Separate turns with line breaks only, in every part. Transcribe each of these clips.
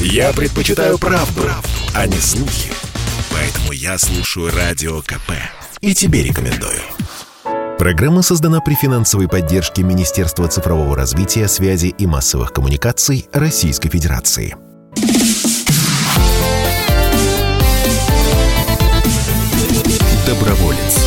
Я предпочитаю правду, а не слухи. Поэтому я слушаю Радио КП. И тебе рекомендую. Программа создана при финансовой поддержке Министерства цифрового развития, связи и массовых коммуникаций Российской Федерации. Доброволец.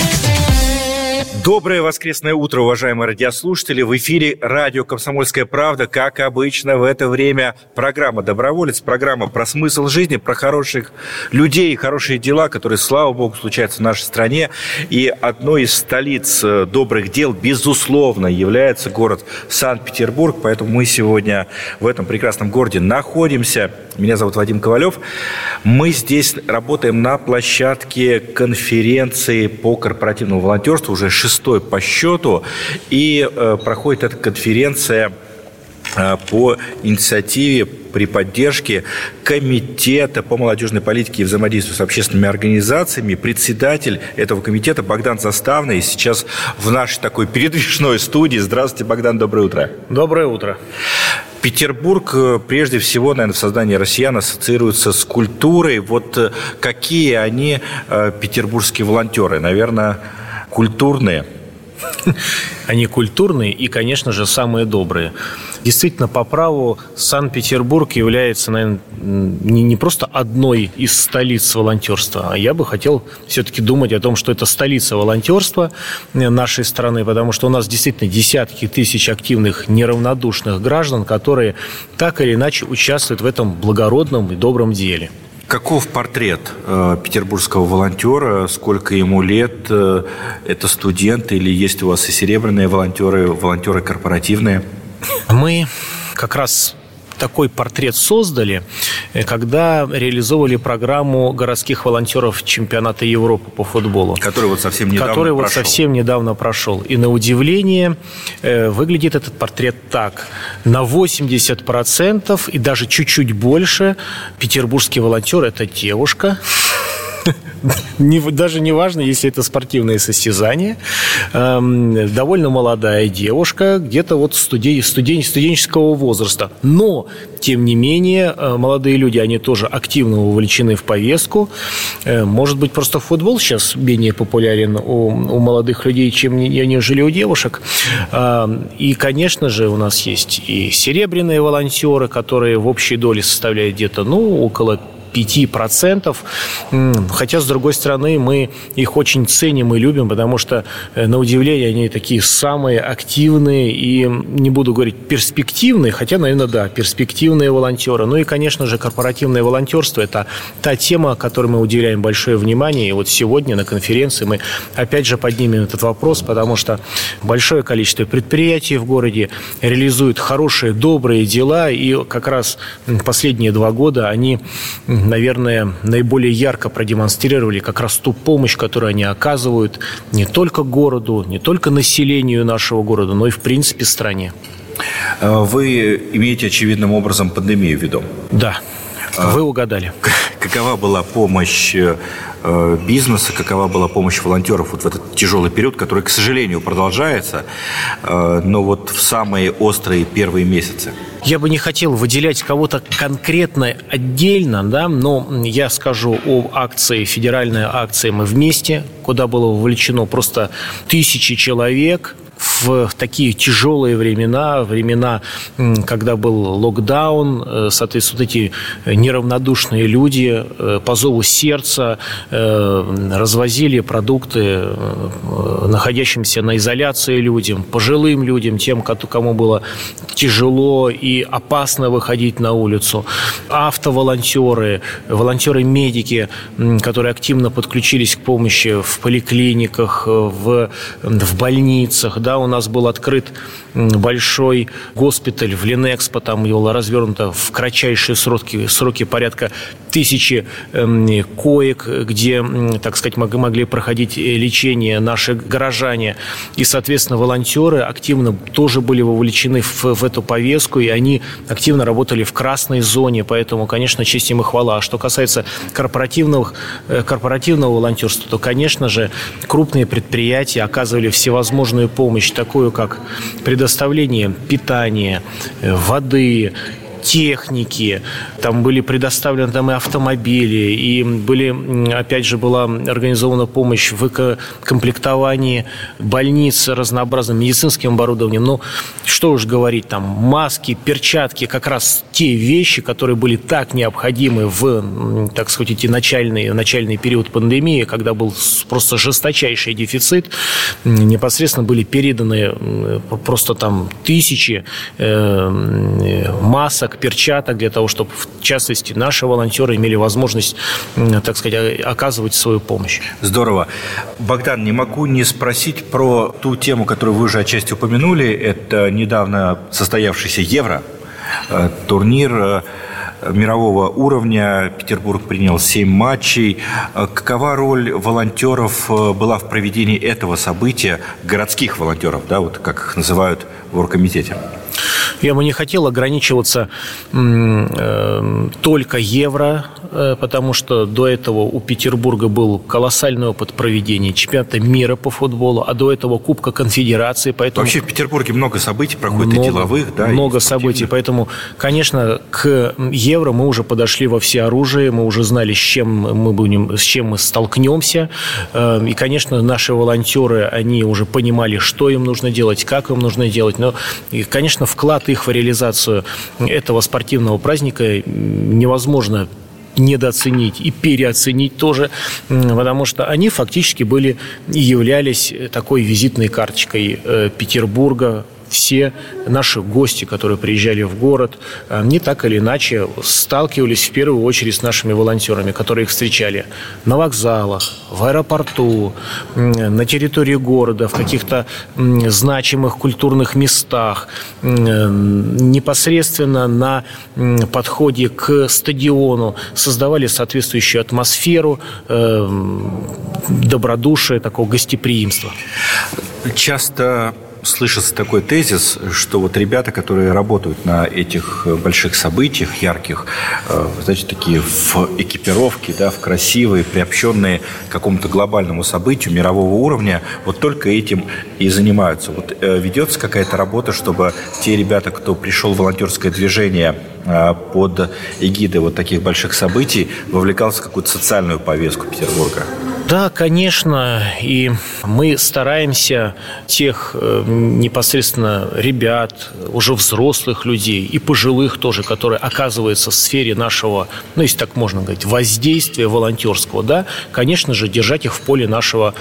Доброе воскресное утро, уважаемые радиослушатели. В эфире радио «Комсомольская правда». Как обычно, в это время программа «Доброволец», программа про смысл жизни, про хороших людей и хорошие дела, которые, слава богу, случаются в нашей стране. И одной из столиц добрых дел, безусловно, является город Санкт-Петербург. Поэтому мы сегодня в этом прекрасном городе находимся. Меня зовут Вадим Ковалев. Мы здесь работаем на площадке конференции по корпоративному волонтерству, уже 6-й по счету. И проходит эта конференция по инициативе при поддержке Комитета по молодежной политике и взаимодействию с общественными организациями. Председатель этого комитета Богдан Заставный сейчас в нашей такой передвижной студии. Здравствуйте, Богдан, доброе утро.
Доброе утро.
Петербург, прежде всего, наверное, в сознании россиян ассоциируется с культурой. Вот какие они, петербургские волонтеры? Наверное, культурные.
Они культурные и, конечно же, самые добрые. Действительно, по праву Санкт-Петербург является, наверное, не просто одной из столиц волонтерства, а я бы хотел все-таки думать о том, что это столица волонтерства нашей страны, потому что у нас действительно десятки тысяч активных, неравнодушных граждан, которые так или иначе участвуют в этом благородном и добром деле.
Каков портрет петербургского волонтера? Сколько ему лет? Это студент или есть у вас и серебряные волонтеры, волонтеры корпоративные?
Мы как раз такой портрет создали, когда реализовывали программу городских волонтеров чемпионата Европы по футболу.
Который вот совсем недавно
прошел. И на удивление выглядит этот портрет так. На 80% и даже чуть-чуть больше петербургский волонтер – это девушка. Даже не важно, если это спортивное состязание. Довольно молодая девушка, где-то вот студенческого возраста. Но, тем не менее, молодые люди, они тоже активно вовлечены в повестку. Может быть, просто футбол сейчас менее популярен у молодых людей, чем нежели у девушек. И, конечно же, у нас есть и серебряные волонтеры, которые в общей доле составляют где-то, около 5%, хотя, с другой стороны, мы их очень ценим и любим, потому что, на удивление, они такие самые активные и, не буду говорить перспективные, хотя, наверное, да, перспективные волонтеры. Ну и, конечно же, корпоративное волонтерство – это та тема, которой мы уделяем большое внимание, и вот сегодня на конференции мы опять же поднимем этот вопрос, потому что большое количество предприятий в городе реализуют хорошие, добрые дела, и как раз последние 2 года они, наверное, наиболее ярко продемонстрировали как раз ту помощь, которую они оказывают не только городу, не только населению нашего города, но и, в принципе, стране.
Вы имеете очевидным образом пандемию в виду?
Да, вы угадали.
Какова была помощь бизнеса, какова была помощь волонтеров вот в этот тяжелый период, который, к сожалению, продолжается, но вот в самые острые первые месяцы?
Я бы не хотел выделять кого-то конкретно отдельно, да, но я скажу о акции, федеральной акции «Мы вместе», куда было вовлечено просто тысячи человек в такие тяжелые времена, когда был локдаун. Соответственно, эти неравнодушные люди по зову сердца развозили продукты находящимся на изоляции людям, пожилым людям, тем, кому было тяжело и опасно выходить на улицу. Автоволонтеры, волонтеры-медики, которые активно подключились к помощи в поликлиниках, в больницах. Да, у нас был открыт большой госпиталь в Ленэкспо, там было развернуто в кратчайшие сроки порядка 1000 коек, где, так сказать, могли проходить лечение наши горожане. И, соответственно, волонтеры активно тоже были вовлечены в эту повестку, и они активно работали в красной зоне, поэтому, конечно, честь им и хвала. А что касается корпоративного волонтерства, то, конечно же, крупные предприятия оказывали всевозможную помощь, такую как предоставление питания, воды, техники, там были предоставлены там и автомобили, и были, опять же, была организована помощь в комплектовании больниц разнообразным медицинским оборудованием. Ну, что уж говорить, там маски, перчатки, как раз те вещи, которые были так необходимы в, так сказать, эти начальный период пандемии, когда был просто жесточайший дефицит, непосредственно были переданы просто там тысячи масок, перчаток для того, чтобы, в частности, наши волонтеры имели возможность, так сказать, оказывать свою помощь.
Здорово. Богдан, не могу не спросить про ту тему, которую вы уже отчасти упомянули. Это недавно состоявшийся Евро, турнир мирового уровня. Петербург принял 7 матчей. Какова роль волонтеров была в проведении этого события, городских волонтеров, да, вот как их называют в оргкомитете?
Я бы не хотел ограничиваться только Евро, потому что до этого у Петербурга был колоссальный опыт проведения чемпионата мира по футболу, а до этого Кубка Конфедерации. Поэтому
вообще в Петербурге много событий проходит, и деловых, да?
Много событий, поэтому, конечно, к Евро мы уже подошли во всеоружие, мы уже знали, с чем мы столкнемся. И, конечно, наши волонтеры, они уже понимали, что им нужно делать, как им нужно делать. Но, конечно, вклад их в реализацию этого спортивного праздника невозможно недооценить и переоценить тоже, потому что они фактически были и являлись такой визитной карточкой Петербурга. Все наши гости, которые приезжали в город, они так или иначе сталкивались в первую очередь с нашими волонтерами, которые их встречали на вокзалах, в аэропорту, на территории города, в каких-то значимых культурных местах, непосредственно на подходе к стадиону, создавали соответствующую атмосферу добродушия, такого гостеприимства.
Часто слышится такой тезис, что вот ребята, которые работают на этих больших событиях, ярких, значит, такие в экипировке, да, в красивые, приобщенные к какому-то глобальному событию мирового уровня, вот только этим и занимаются. Вот ведется какая-то работа, чтобы те ребята, кто пришел в волонтерское движение под эгидой вот таких больших событий, вовлекался в какую-то социальную повестку Петербурга?
Да, конечно, и мы стараемся тех непосредственно ребят, уже взрослых людей и пожилых тоже, которые оказываются в сфере нашего, ну, если так можно говорить, воздействия волонтерского, да, конечно же, держать их в поле нашего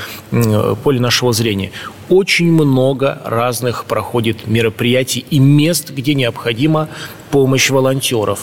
зрения. Очень много разных проходит мероприятий и мест, где необходима помощь волонтеров.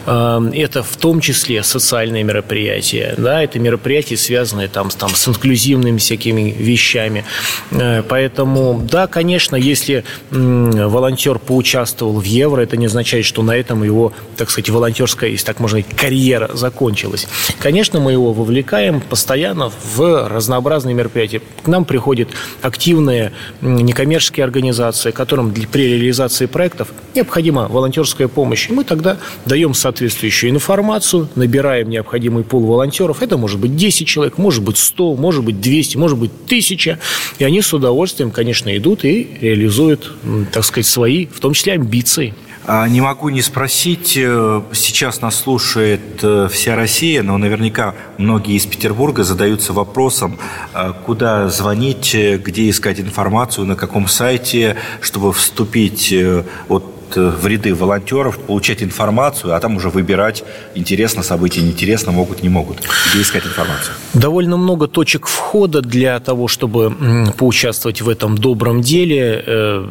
Это в том числе социальные мероприятия, да, это мероприятия, связанные там с инклюзивными всякими вещами. Поэтому, да, конечно, если волонтер поучаствовал в Евро, это не означает, что на этом его, так сказать, волонтерская, если так можно сказать, карьера закончилась. Конечно, мы его вовлекаем постоянно в разнообразные мероприятия. К нам приходят активные некоммерческие организации, которым при реализации проектов необходима волонтерская помощь. И мы тогда даем соответствующую информацию, набираем необходимый пул волонтеров. Это может быть 10 человек, может быть 100, может быть 200, может быть 1000. И они с удовольствием, конечно, идут и реализуют, так сказать, свои, в том числе, амбиции.
Не могу не спросить, сейчас нас слушает вся Россия, но наверняка многие из Петербурга задаются вопросом, куда звонить, где искать информацию, на каком сайте, чтобы вступить в ряды волонтеров, получать информацию, а там уже выбирать, интересно событие, неинтересно, могут, не могут. Где искать информацию? Довольно
много точек входа для того, чтобы поучаствовать в этом добром деле.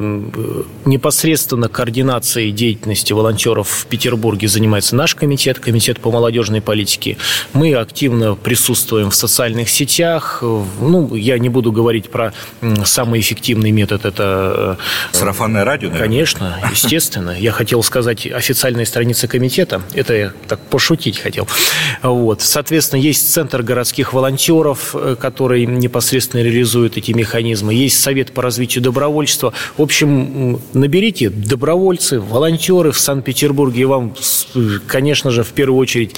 Непосредственно координацией деятельности волонтеров в Петербурге занимается наш комитет по молодежной политике. Мы активно присутствуем в социальных сетях. Я не буду говорить про самый эффективный метод. Это
сарафанное радио, наверное?
Конечно, естественно. Я хотел сказать официальные страницы комитета. Это я так пошутить хотел. Соответственно, есть Центр городских волонтеров, который непосредственно реализует эти механизмы. Есть Совет по развитию добровольчества. В общем, наберите добровольцы, волонтеры в Санкт-Петербурге, и вам, конечно же, в первую очередь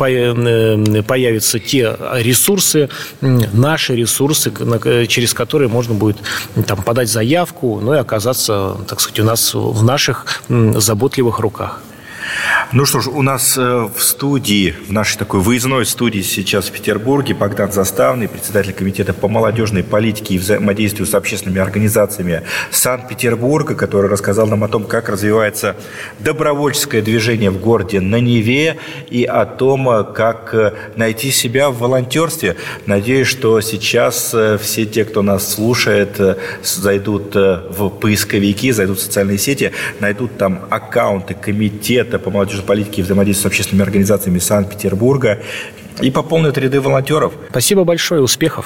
появятся те ресурсы, наши ресурсы, через которые можно будет подать заявку, и оказаться, так сказать, у нас в наших заботливых руках.
Ну что ж, у нас в студии, в нашей такой выездной студии сейчас в Петербурге Богдан Заставный, председатель комитета по молодежной политике и взаимодействию с общественными организациями Санкт-Петербурга, который рассказал нам о том, как развивается добровольческое движение в городе на Неве и о том, как найти себя в волонтерстве. Надеюсь, что сейчас все те, кто нас слушает, зайдут в поисковики, зайдут в социальные сети, найдут там аккаунты комитета по молодежной политике и взаимодействию с общественными организациями Санкт-Петербурга и пополнят ряды волонтеров.
Спасибо большое, успехов.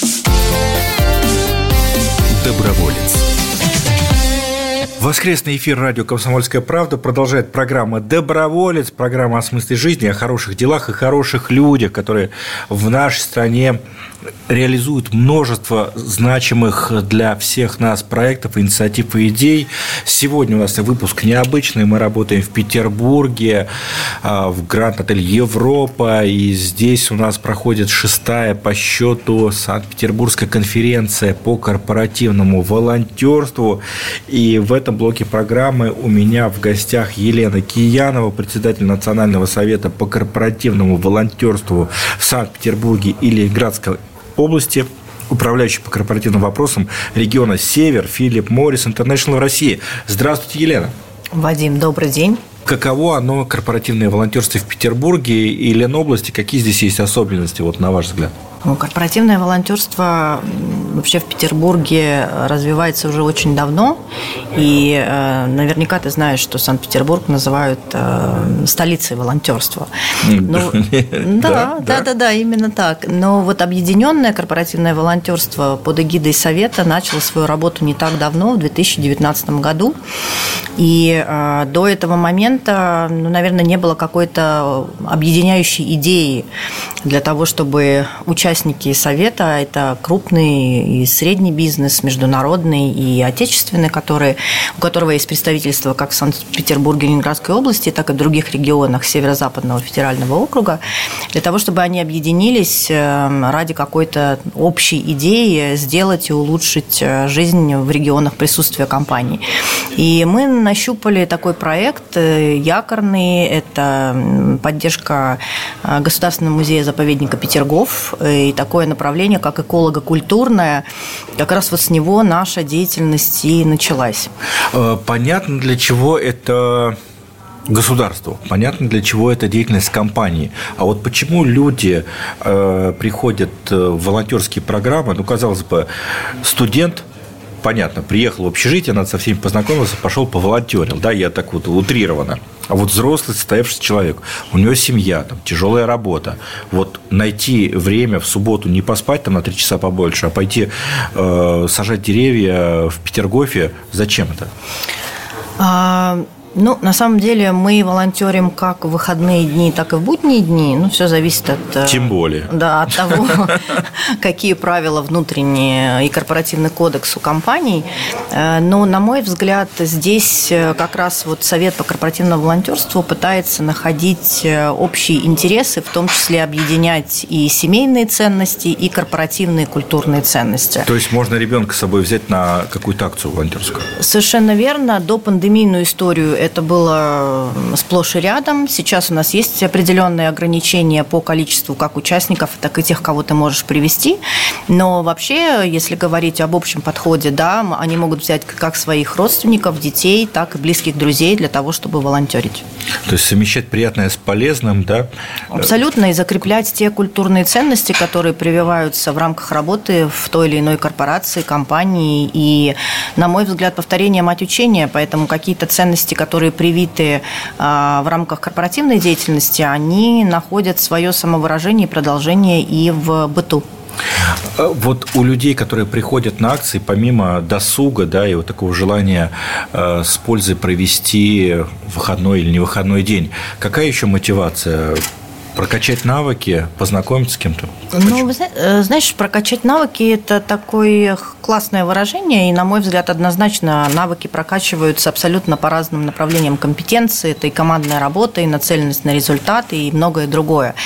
Доброволец.
Воскресный эфир радио «Комсомольская правда» продолжает программа «Доброволец», программа о смысле жизни, о хороших делах и хороших людях, которые в нашей стране реализуют множество значимых для всех нас проектов, инициатив и идей. Сегодня у нас выпуск необычный. Мы работаем в Петербурге, в Гранд-отель «Европа», и здесь у нас проходит 6-я по счету Санкт-Петербургская конференция по корпоративному волонтерству. И в этом блоке программы у меня в гостях Елена Киянова, председатель Национального совета по корпоративному волонтерству в Санкт-Петербурге и Ленинградской области, управляющий по корпоративным вопросам региона Север Филипп Моррис Интернешнл России. Здравствуйте, Елена.
Вадим, добрый день.
Каково оно, корпоративное волонтерство в Петербурге и Ленобласти? Какие здесь есть особенности, вот, на ваш взгляд?
Корпоративное волонтерство вообще в Петербурге развивается уже очень давно. И наверняка ты знаешь, что Санкт-Петербург называют столицей волонтерства. Да, именно так. Но вот объединенное корпоративное волонтерство под эгидой Совета начало свою работу не так давно, в 2019 году. И до этого момента, наверное, не было какой-то объединяющей идеи для того, чтобы участники Совета, это крупный и средний бизнес, международный и отечественный, у которого есть представительство как в Санкт-Петербурге, Ленинградской области, так и в других регионах Северо-Западного федерального округа, для того, чтобы они объединились ради какой-то общей идеи сделать и улучшить жизнь в регионах присутствия компаний. И мы нащупали такой проект якорный, это поддержка Государственного музея-заповедника Петергоф, и такое направление, как эколого-культурное, как раз вот с него наша деятельность и началась.
Понятно, для чего это государству, понятно, для чего это деятельность компании. А вот почему люди приходят в волонтерские программы, казалось бы, студент, понятно, приехал в общежитие, надо со всеми познакомился, пошел поволонтерил, да, я так вот утрированно. А вот взрослый, состоявшийся человек, у него семья, там, тяжелая работа. Вот найти время в субботу, не поспать там на 3 часа побольше, а пойти сажать деревья в Петергофе, зачем это?
На самом деле мы волонтерим как в выходные дни, так и в будние дни. Все зависит от...
Тем более.
Да, от того, какие правила внутренние и корпоративный кодекс у компаний. Но, на мой взгляд, здесь как раз вот Совет по корпоративному волонтерству пытается находить общие интересы, в том числе объединять и семейные ценности, и корпоративные культурные ценности.
То есть можно ребенка с собой взять на какую-то акцию волонтерскую?
Совершенно верно. До пандемийную историю это было сплошь и рядом. Сейчас у нас есть определенные ограничения по количеству как участников, так и тех, кого ты можешь привести. Но вообще, если говорить об общем подходе, да, они могут взять как своих родственников, детей, так и близких друзей для того, чтобы волонтерить.
То есть совмещать приятное с полезным, да?
Абсолютно. И закреплять те культурные ценности, которые прививаются в рамках работы в той или иной корпорации, компании. И, на мой взгляд, повторение мать учения. Поэтому какие-то ценности, которые привиты в рамках корпоративной деятельности, они находят свое самовыражение и продолжение и в быту.
Вот у людей, которые приходят на акции, помимо досуга, да, и вот такого желания с пользой провести выходной или невыходной день, какая еще мотивация? Прокачать навыки, познакомиться с кем-то?
Знаешь, прокачать навыки – это такое классное выражение, и, на мой взгляд, однозначно навыки прокачиваются абсолютно по разным направлениям компетенции. Это и командная работа, и нацеленность на результаты, и многое другое.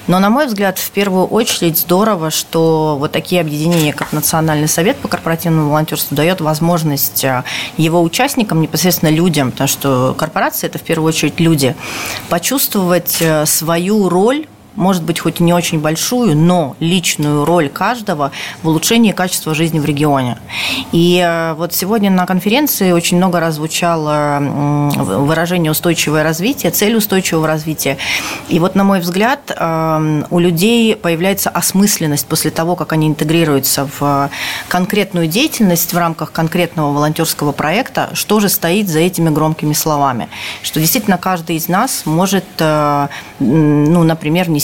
Но, на мой взгляд, в первую очередь здорово, что вот такие объединения, как Национальный совет по корпоративному волонтерству, дает возможность его участникам, непосредственно людям, потому что корпорации – это в первую очередь люди, почувствовать свою роль, может быть, хоть и не очень большую, но личную роль каждого в улучшении качества жизни в регионе. И вот сегодня на конференции очень много раз звучало выражение «устойчивое развитие», цель устойчивого развития. И вот, на мой взгляд, у людей появляется осмысленность после того, как они интегрируются в конкретную деятельность в рамках конкретного волонтерского проекта, что же стоит за этими громкими словами. Что действительно каждый из нас может, например, нести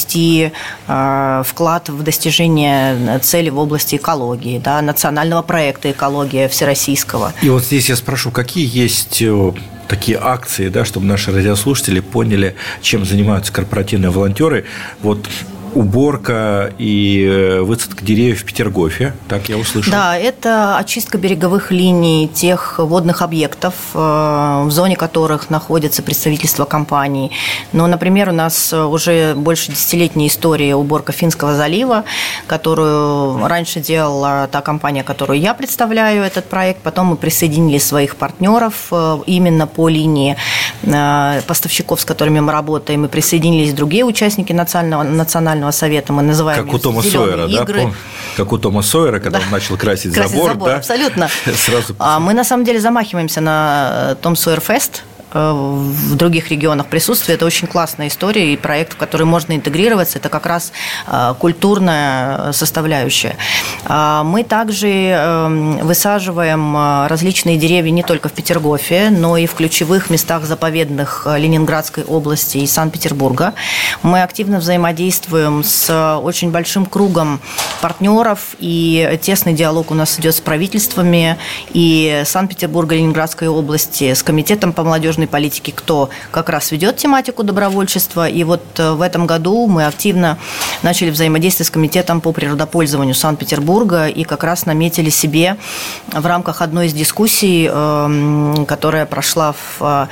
вклад в достижение цели в области экологии, да, национального проекта «Экология» всероссийского.
И вот здесь я спрошу, какие есть такие акции, да, чтобы наши радиослушатели поняли, чем занимаются корпоративные волонтеры. Вот уборка и высадка деревьев в Петергофе, так я услышал.
Да, это очистка береговых линий тех водных объектов, в зоне которых находится представительство компаний. Но, например, у нас уже больше десятилетняя история уборка Финского залива, которую раньше делала та компания, которую я представляю, этот проект. Потом мы присоединили своих партнеров именно по линии поставщиков, с которыми мы работаем, и присоединились другие участники Национального совета, мы называем
как у Тома Сойера, игры. Да? Как у Тома Сойера, когда он начал красить забор. Да?
Абсолютно.
Сразу...
Мы на самом деле замахиваемся на Том Сойер Фест. В других регионах присутствия. Это очень классная история и проект, в который можно интегрироваться. Это как раз культурная составляющая. Мы также высаживаем различные деревья не только в Петергофе, но и в ключевых местах заповедных Ленинградской области и Санкт-Петербурга. Мы активно взаимодействуем с очень большим кругом партнеров, и тесный диалог у нас идет с правительствами и Санкт-Петербурга, Ленинградской области, с Комитетом по молодежной политики, кто как раз ведет тематику добровольчества. И вот в этом году мы активно начали взаимодействовать с Комитетом по природопользованию Санкт-Петербурга и как раз наметили себе в рамках одной из дискуссий, которая прошла в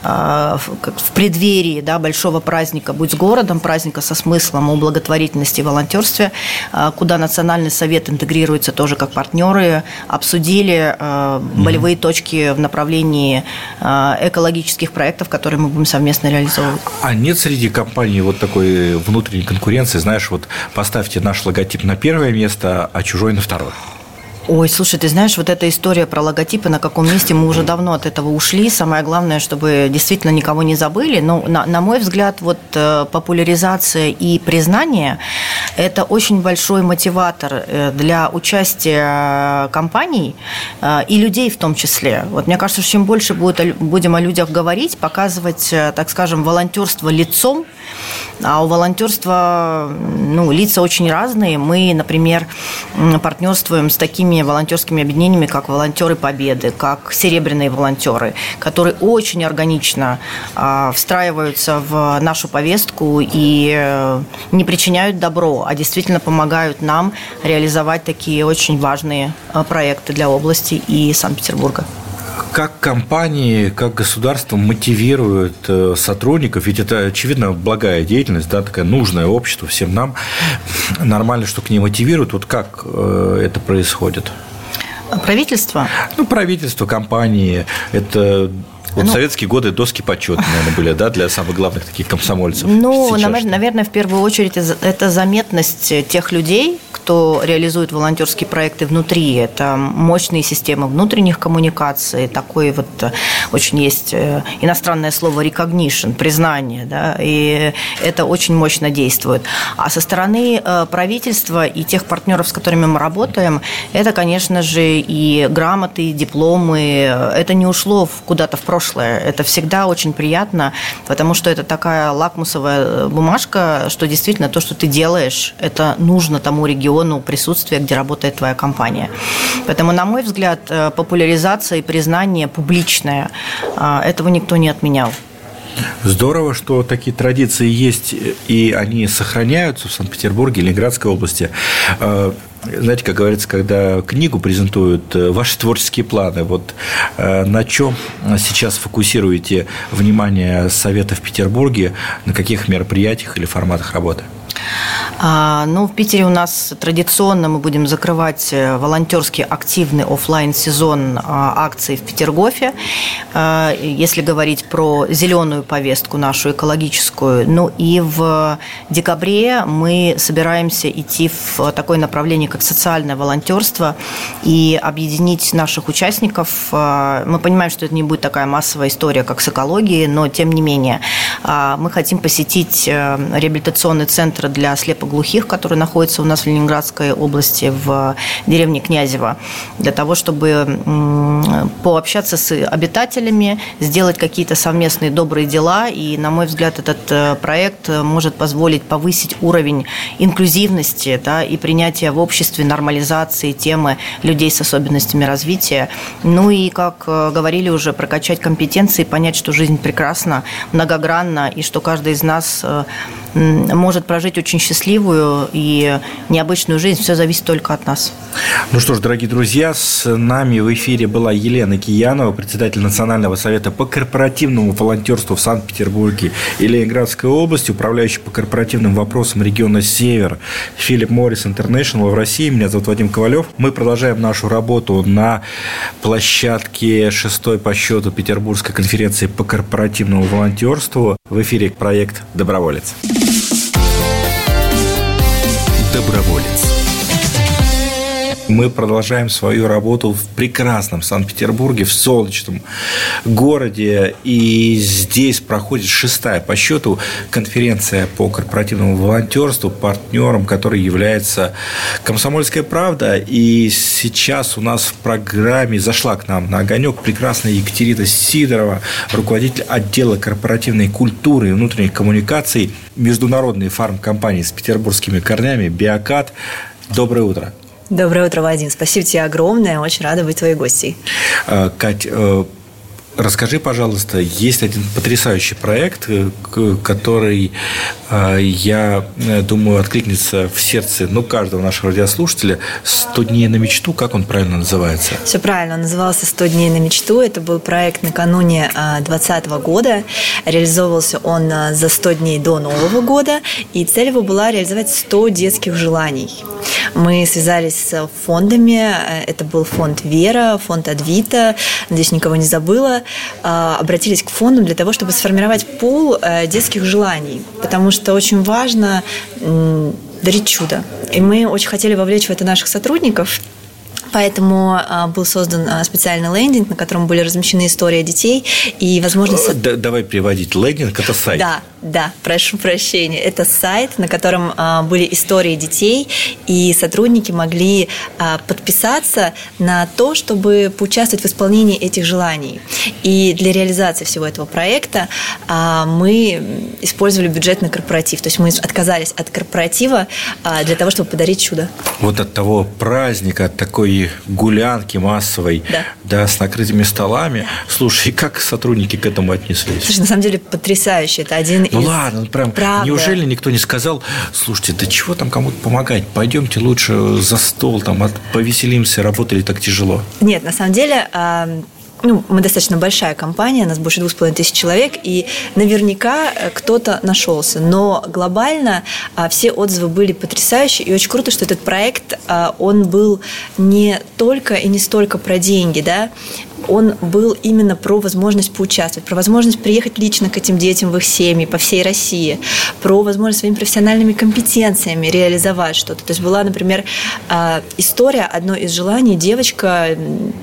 преддверии, да, большого праздника «Будь с городом», праздника со смыслом о благотворительности и волонтерстве, куда Национальный совет интегрируется тоже как партнеры, обсудили болевые точки в направлении экологических проектов, которые мы будем совместно реализовывать.
А нет среди компаний вот такой внутренней конкуренции, знаешь, вот поставьте наш логотип на первое место, а чужой на второе?
Ой, слушай, ты знаешь, вот эта история про логотипы, на каком месте, мы уже давно от этого ушли. Самое главное, чтобы действительно никого не забыли. Но, на мой взгляд, вот популяризация и признание – это очень большой мотиватор для участия компаний и людей в том числе. Вот мне кажется, что чем больше будем о людях говорить, показывать, так скажем, волонтерство лицом, а у волонтерства лица очень разные. Мы, например, партнерствуем с такими волонтерскими объединениями, как «Волонтеры Победы», как «Серебряные волонтеры», которые очень органично встраиваются в нашу повестку и не причиняют добро, а действительно помогают нам реализовать такие очень важные проекты для области и Санкт-Петербурга.
Как компании, как государство мотивируют сотрудников, ведь это, очевидно, благая деятельность, да, такая нужная обществу, всем нам, нормально, что к ней мотивируют. Вот как это происходит?
Правительство?
Правительство, компании, это... Вот в советские годы доски почета, наверное, были, да, для самых главных таких комсомольцев.
Наверное, в первую очередь это заметность тех людей, кто реализует волонтерские проекты внутри. Это мощные системы внутренних коммуникаций, такое вот очень есть иностранное слово recognition, признание, да, и это очень мощно действует. А со стороны правительства и тех партнеров, с которыми мы работаем, это, конечно же, и грамоты, и дипломы. Это не ушло куда-то в прошлое. Это всегда очень приятно, потому что это такая лакмусовая бумажка, что действительно то, что ты делаешь, это нужно тому региону присутствия, где работает твоя компания. Поэтому, на мой взгляд, популяризация и признание публичное, этого никто не отменял.
Здорово, что такие традиции есть, и они сохраняются в Санкт-Петербурге, Ленинградской области. Знаете, как говорится, когда книгу презентуют, ваши творческие планы, вот на чем сейчас фокусируете внимание Совета в Петербурге, на каких мероприятиях или форматах работы?
В Питере у нас традиционно мы будем закрывать волонтерский активный офлайн-сезон акций в Петергофе. Если говорить про зеленую повестку нашу экологическую. И в декабре мы собираемся идти в такое направление, как социальное волонтерство, и объединить наших участников. Мы понимаем, что это не будет такая массовая история, как с экологией, но тем не менее мы хотим посетить реабилитационный центр для слепоглухих, который находится у нас в Ленинградской области, в деревне Князево, для того, чтобы пообщаться с обитателями, сделать какие-то совместные добрые дела. И, на мой взгляд, этот проект может позволить повысить уровень инклюзивности, и принятия в обществе, нормализации темы людей с особенностями развития. И, как говорили уже, прокачать компетенции, понять, что жизнь прекрасна, многогранна, и что каждый из нас может прожить очень счастливую и необычную жизнь. Все зависит только от нас.
Ну что ж, дорогие друзья, с нами в эфире была Елена Киянова, председатель Национального совета по корпоративному волонтерству в Санкт-Петербурге и Ленинградской области, управляющий по корпоративным вопросам региона Север Philip Morris International в России. Меня зовут Вадим Ковалев. Мы продолжаем нашу работу на площадке 6-й по счету Петербургской конференции по корпоративному волонтерству. В эфире проект «Доброволец».
Доброволец.
Мы продолжаем свою работу в прекрасном Санкт-Петербурге, в солнечном городе. И здесь проходит 6-я по счету конференция по корпоративному волонтерству, партнером которой является «Комсомольская правда». И сейчас у нас в программе зашла к нам на огонек прекрасная Екатерина Сидорова, руководитель отдела корпоративной культуры и внутренних коммуникаций международной фармкомпании с петербургскими корнями «Биокат». Доброе утро.
Доброе утро, Вадим. Спасибо тебе огромное. Очень рада быть твоей гостьей.
Кать, расскажи, пожалуйста, есть один потрясающий проект, который, я думаю, откликнется в сердце каждого нашего радиослушателя. «100 дней на мечту». Как он правильно называется?
Все правильно. Он назывался «100 дней на мечту». Это был проект накануне 2020 года. Реализовывался он за 100 дней до Нового года. И цель его была реализовать 100 детских желаний. Мы связались с фондами. Это был фонд «Вера», фонд «Адвита». Надеюсь, никого не забыла. Обратились к фонду для того, чтобы сформировать пул детских желаний. Потому что очень важно дарить чудо. И мы очень хотели вовлечь в это наших сотрудников. Поэтому был создан специальный лендинг, на котором были размещены истории детей и возможность...
Давай переводить. Лендинг – это сайт.
Да, прошу прощения. Это сайт, на котором были истории детей, и сотрудники могли подписаться на то, чтобы поучаствовать в исполнении этих желаний. И для реализации всего этого проекта мы использовали бюджетный корпоратив. То есть мы отказались от корпоратива для того, чтобы подарить чудо.
Вот от того праздника, от такой гулянки массовой, да, с накрытыми столами. Слушай, как сотрудники к этому отнеслись?
Слушай, на самом деле потрясающе. Это один из...
ладно, прям.
Правда.
Неужели никто не сказал: слушайте, да чего там кому-то помогать? Пойдемте лучше за стол, повеселимся, работали так тяжело.
Нет, на самом деле... мы достаточно большая компания, нас больше 2500 человек, и наверняка кто-то нашелся. Но глобально все отзывы были потрясающие, и очень круто, что этот проект, он был не только и не столько про деньги, да, он был именно про возможность поучаствовать, про возможность приехать лично к этим детям в их семьи по всей России, про возможность своими профессиональными компетенциями реализовать что-то. То есть была, например, история, одно из желаний, девочка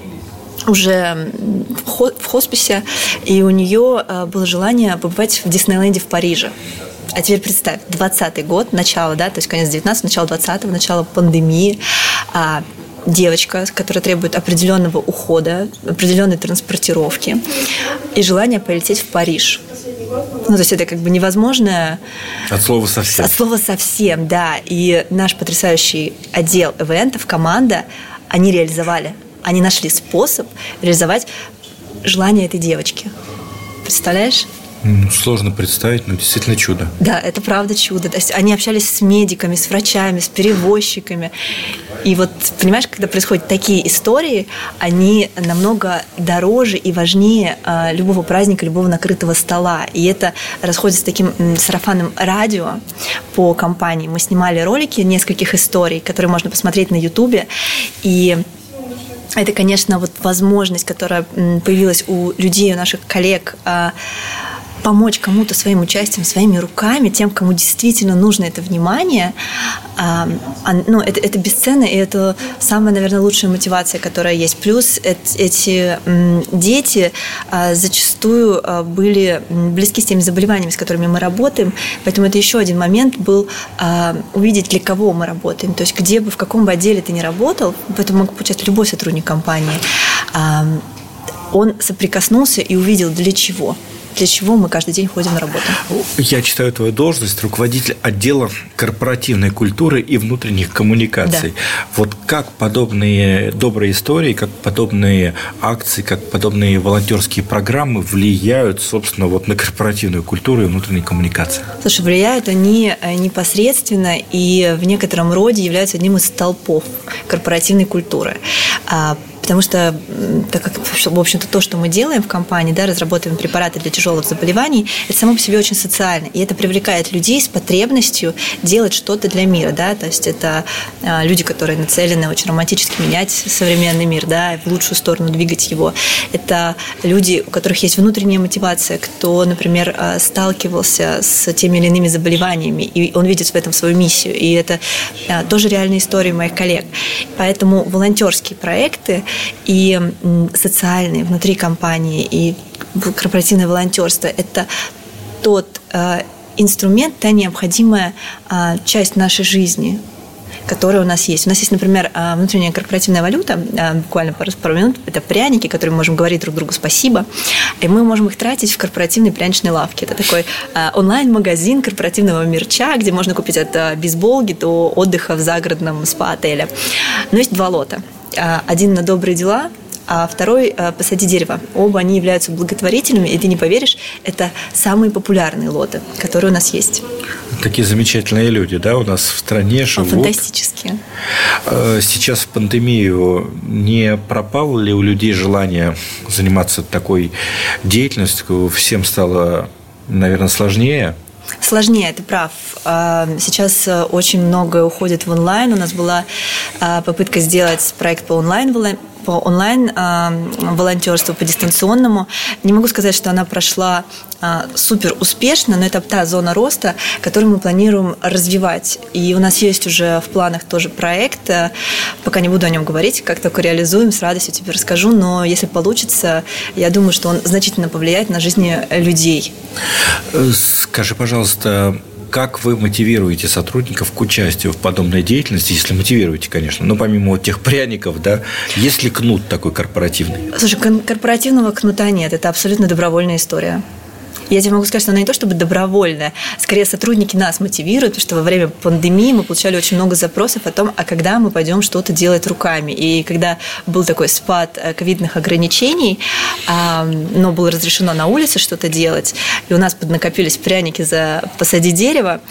уже в хосписе, и у нее было желание побывать в Диснейленде в Париже. А теперь представь, 20-й год, начало, да, то есть конец 19-го, начало 20-го, начало пандемии, девочка, которая требует определенного ухода, определенной транспортировки, и желание полететь в Париж. То есть это невозможное...
От слова совсем.
От слова совсем, да. И наш потрясающий отдел ивентов, команда, они реализовали. Они нашли способ реализовать желание этой девочки. Представляешь?
Сложно представить, но действительно чудо.
Да, это правда чудо. То есть они общались с медиками, с врачами, с перевозчиками. И вот, понимаешь, когда происходят такие истории, они намного дороже и важнее любого праздника, любого накрытого стола. И это расходится с таким сарафанным радио по компании. Мы снимали ролики нескольких историй, которые можно посмотреть на Ютубе. И это, конечно, вот возможность, которая появилась у людей, у наших коллег, помочь кому-то своим участием, своими руками, тем, кому действительно нужно это внимание, это бесценно, и это самая, наверное, лучшая мотивация, которая есть. Плюс эти дети зачастую были близки с теми заболеваниями, с которыми мы работаем, поэтому это еще один момент был увидеть, для кого мы работаем, то есть где бы, в каком бы отделе ты ни работал, поэтому мог получать любой сотрудник компании, он соприкоснулся и увидел, для чего мы каждый день ходим на работу.
Я читаю твою должность, руководитель отдела корпоративной культуры и внутренних коммуникаций. Да. Вот как подобные добрые истории, как подобные акции, как подобные волонтерские программы влияют, собственно, вот на корпоративную культуру и внутренние коммуникации?
Слушай, влияют они непосредственно и в некотором роде являются одним из столпов корпоративной культуры. Потому что, так как, в общем-то, то, что мы делаем в компании, да, разрабатываем препараты для тяжелых заболеваний, это само по себе очень социально. И это привлекает людей с потребностью делать что-то для мира. Да? То есть это люди, которые нацелены очень романтически менять современный мир, да, в лучшую сторону двигать его. Это люди, у которых есть внутренняя мотивация, кто, например, сталкивался с теми или иными заболеваниями, и он видит в этом свою миссию. И это тоже реальные истории моих коллег. Поэтому волонтерские проекты и социальные внутри компании, и корпоративное волонтерство – это тот инструмент, та необходимая часть нашей жизни, которая у нас есть. У нас есть, например, внутренняя корпоративная валюта, буквально пару минут, это пряники, которые мы можем говорить друг другу спасибо, и мы можем их тратить в корпоративной пряничной лавке. Это такой онлайн-магазин корпоративного мерча, где можно купить от бейсболки до отдыха в загородном спа-отеле. Но есть два лота. Один на добрые дела, а второй «Посади дерево». Оба они являются благотворительными, и ты не поверишь, это самые популярные лоты, которые у нас есть.
Такие замечательные люди, да, у нас в стране живут.
Фантастические.
Сейчас в пандемию не пропало ли у людей желание заниматься такой деятельностью? Всем стало, наверное, сложнее?
Сложнее, ты прав. Сейчас очень многое уходит в онлайн. У нас была попытка сделать проект по онлайн волонтерству, по дистанционному. Не могу сказать, что она прошла супер успешно, но это та зона роста, которую мы планируем развивать. И у нас есть уже в планах тоже проект. Пока не буду о нем говорить, как только реализуем, с радостью тебе расскажу. Но если получится, я думаю, что он значительно повлияет на жизни людей.
Скажи, пожалуйста, как вы мотивируете сотрудников к участию в подобной деятельности, если мотивируете, конечно, но помимо вот тех пряников, да, есть ли кнут такой корпоративный?
Слушай, корпоративного кнута нет, это абсолютно добровольная история. Я тебе могу сказать, что она не то чтобы добровольная, скорее сотрудники нас мотивируют, потому что во время пандемии мы получали очень много запросов о том, а когда мы пойдем что-то делать руками. И когда был такой спад ковидных ограничений, но было разрешено на улице что-то делать, и у нас поднакопились пряники за «Посади дерево»,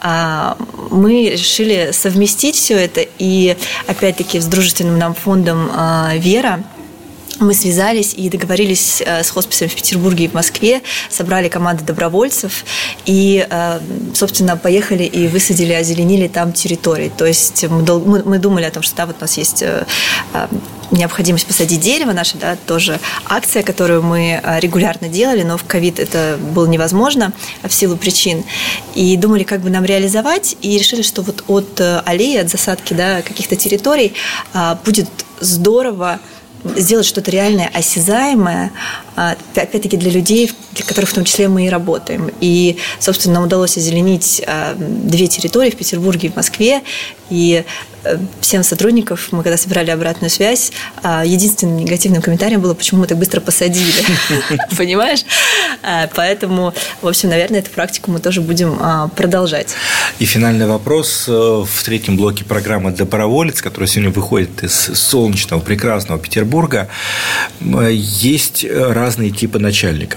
мы решили совместить все это, и опять-таки с дружественным нам фондом «Вера» мы связались и договорились с хосписом в Петербурге и в Москве, собрали команды добровольцев и, собственно, поехали и высадили, озеленили там территории. То есть мы думали о том, что да, вот у нас есть необходимость посадить дерево, наша, да, тоже акция, которую мы регулярно делали, но в ковид это было невозможно в силу причин. И думали, как бы нам реализовать, и решили, что вот от аллеи, от засадки, да, каких-то территорий будет здорово сделать что-то реальное, осязаемое, опять-таки для людей, для которых в том числе мы и работаем. И, собственно, нам удалось озеленить 2 территории в Петербурге и в Москве. И всем сотрудникам, мы когда собирали обратную связь, единственным негативным комментарием было, почему мы так быстро посадили. Понимаешь? Поэтому, в общем, наверное, эту практику мы тоже будем продолжать.
И финальный вопрос. В 3-м блоке программы «Доброволец», которая сегодня выходит из солнечного, прекрасного Петербурга, есть разные типы начальников. Да?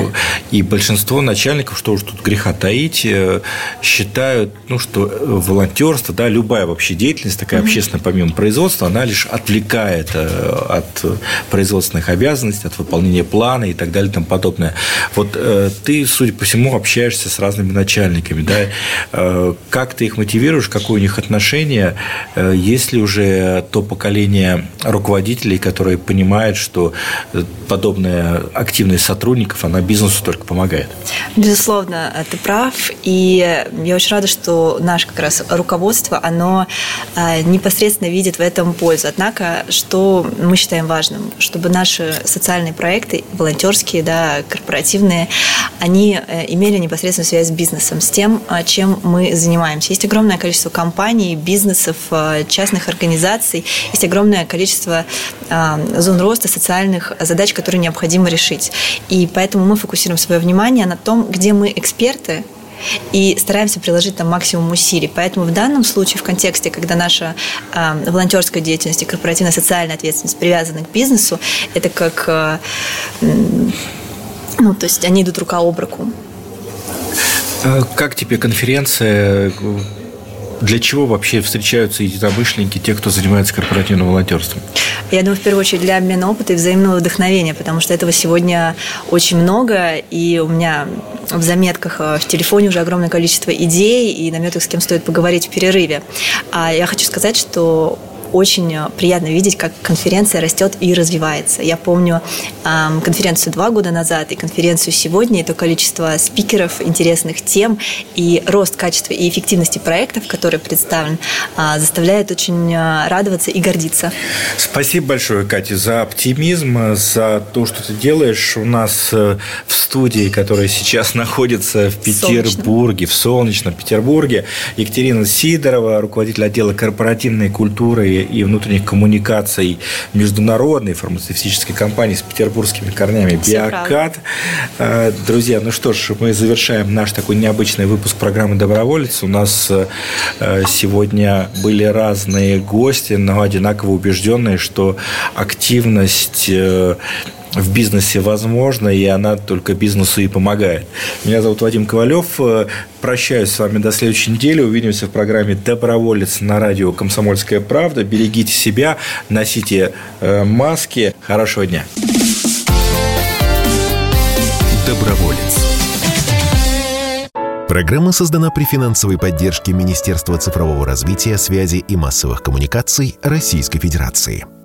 И большинство начальников, что уж тут греха таить, считают, что волонтерство, да, любая вообще деятельность, такая общественная, помимо производства, она лишь отвлекает от производственных обязанностей, от выполнения плана и так далее и тому подобное. Вот ты, судя по всему, общаешься с разными начальниками, да? Как ты их мотивируешь, какое у них отношение? Есть ли уже то поколение руководителей, которые понимают, что подобная активность сотрудников, она бизнесу только помогает?
Безусловно, ты прав. И я очень рада, что наше как раз руководство, оно непосредственно видит в этом пользу. Однако, что мы считаем важным, чтобы наши социальные проекты, волонтерские, да, корпоративные, они имели непосредственную связь с бизнесом, с тем, чем мы занимаемся. Есть огромное количество компаний, бизнесов, частных организаций, есть огромное количество зон роста, социальных задач, которые необходимо решить. И поэтому мы фокусируем свое внимание на том, где мы эксперты, и стараемся приложить там максимум усилий. Поэтому в данном случае, в контексте, когда наша волонтерская деятельность и корпоративная социальная ответственность привязаны к бизнесу, это как... то есть они идут рука об руку.
Как тебе конференция? Для чего вообще встречаются единомышленники, те, кто занимается корпоративным волонтерством?
Я думаю, в первую очередь для обмена опыта и взаимного вдохновения, потому что этого сегодня очень много, и у меня в заметках в телефоне уже огромное количество идей и наметок, с кем стоит поговорить в перерыве. А я хочу сказать, что очень приятно видеть, как конференция растет и развивается. Я помню конференцию 2 года назад и конференцию сегодня, и то количество спикеров, интересных тем, и рост качества и эффективности проектов, который представлен, заставляет очень радоваться и гордиться.
Спасибо большое, Катя, за оптимизм, за то, что ты делаешь. У нас в студии, которая сейчас находится в Петербурге, в солнечном Петербурге, Екатерина Сидорова, руководитель отдела корпоративной культуры и внутренних коммуникаций международной фармацевтической компании с петербургскими корнями «Биокат». Друзья, ну что ж, мы завершаем наш такой необычный выпуск программы «Доброволец». У нас сегодня были разные гости, но одинаково убежденные, что активность в бизнесе возможна, и она только бизнесу и помогает. Меня зовут Вадим Ковалев. Прощаюсь с вами до следующей недели. Увидимся в программе «Доброволец» на радио «Комсомольская правда». Берегите себя, носите маски. Хорошего дня.
Доброволец. Программа создана при финансовой поддержке Министерства цифрового развития, связи и массовых коммуникаций Российской Федерации.